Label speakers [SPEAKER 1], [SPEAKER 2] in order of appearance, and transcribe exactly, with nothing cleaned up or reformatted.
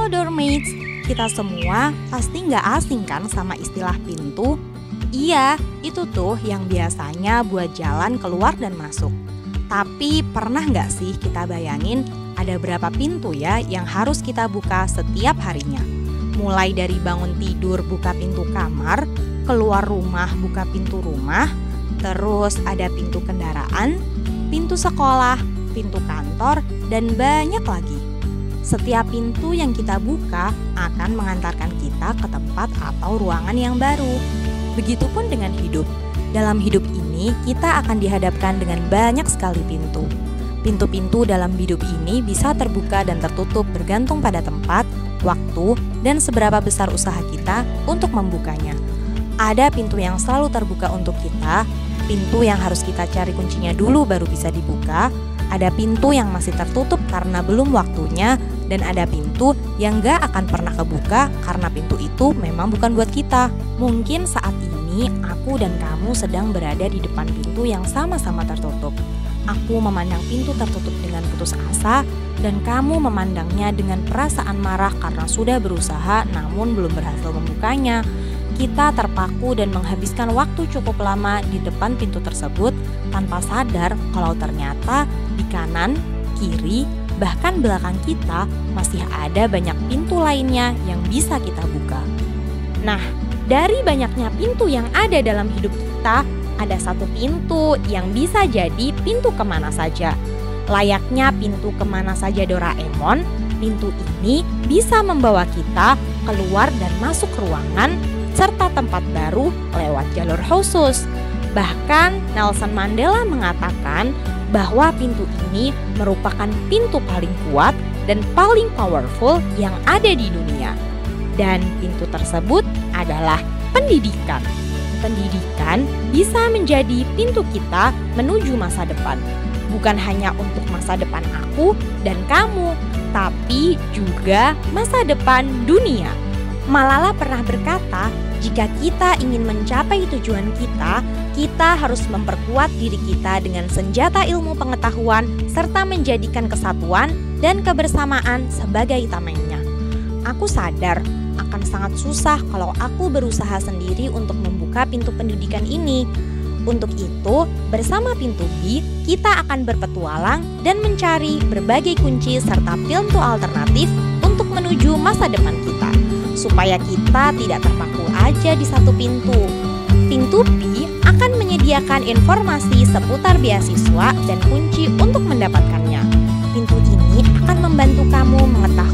[SPEAKER 1] Halo Doormates, kita semua pasti nggak asing kan sama istilah pintu? Iya, itu tuh yang biasanya buat jalan keluar dan masuk. Tapi pernah nggak sih kita bayangin ada berapa pintu ya yang harus kita buka setiap harinya? Mulai dari bangun tidur buka pintu kamar, keluar rumah buka pintu rumah, terus ada pintu kendaraan, pintu sekolah, pintu kantor, dan banyak lagi. Setiap pintu yang kita buka akan mengantarkan kita ke tempat atau ruangan yang baru. Begitupun dengan hidup. Dalam hidup ini kita akan dihadapkan dengan banyak sekali pintu. Pintu-pintu dalam hidup ini bisa terbuka dan tertutup bergantung pada tempat, waktu, dan seberapa besar usaha kita untuk membukanya. Ada pintu yang selalu terbuka untuk kita, pintu yang harus kita cari kuncinya dulu baru bisa dibuka, ada pintu yang masih tertutup karena belum waktunya, dan ada pintu yang gak akan pernah kebuka karena pintu itu memang bukan buat kita. Mungkin saat ini aku dan kamu sedang berada di depan pintu yang sama-sama tertutup. Aku memandang pintu tertutup dengan putus asa, dan kamu memandangnya dengan perasaan marah karena sudah berusaha namun belum berhasil membukanya. Kita terpaku dan menghabiskan waktu cukup lama di depan pintu tersebut tanpa sadar kalau ternyata di kanan, kiri, bahkan belakang kita masih ada banyak pintu lainnya yang bisa kita buka. Nah, dari banyaknya pintu yang ada dalam hidup kita, ada satu pintu yang bisa jadi pintu kemana saja. Layaknya pintu kemana saja Doraemon, pintu ini bisa membawa kita keluar dan masuk ruangan serta tempat baru lewat jalur khusus. Bahkan Nelson Mandela mengatakan bahwa pintu ini merupakan pintu paling kuat dan paling powerful yang ada di dunia. Dan pintu tersebut adalah pendidikan. Pendidikan bisa menjadi pintu kita menuju masa depan. Bukan hanya untuk masa depan aku dan kamu, tapi juga masa depan dunia. Malala pernah berkata, jika kita ingin mencapai tujuan kita, kita harus memperkuat diri kita dengan senjata ilmu pengetahuan serta menjadikan kesatuan dan kebersamaan sebagai tamengnya. Aku sadar akan sangat susah kalau aku berusaha sendiri untuk membuka pintu pendidikan ini. Untuk itu, bersama Pintu B, kita akan berpetualang dan mencari berbagai kunci serta pintu alternatif untuk menuju masa depan kita, supaya kita tidak terpaku aja di satu pintu. Pintu B akan menyediakan informasi seputar beasiswa dan kunci untuk mendapatkannya. Pintu ini akan membantu kamu mengetahui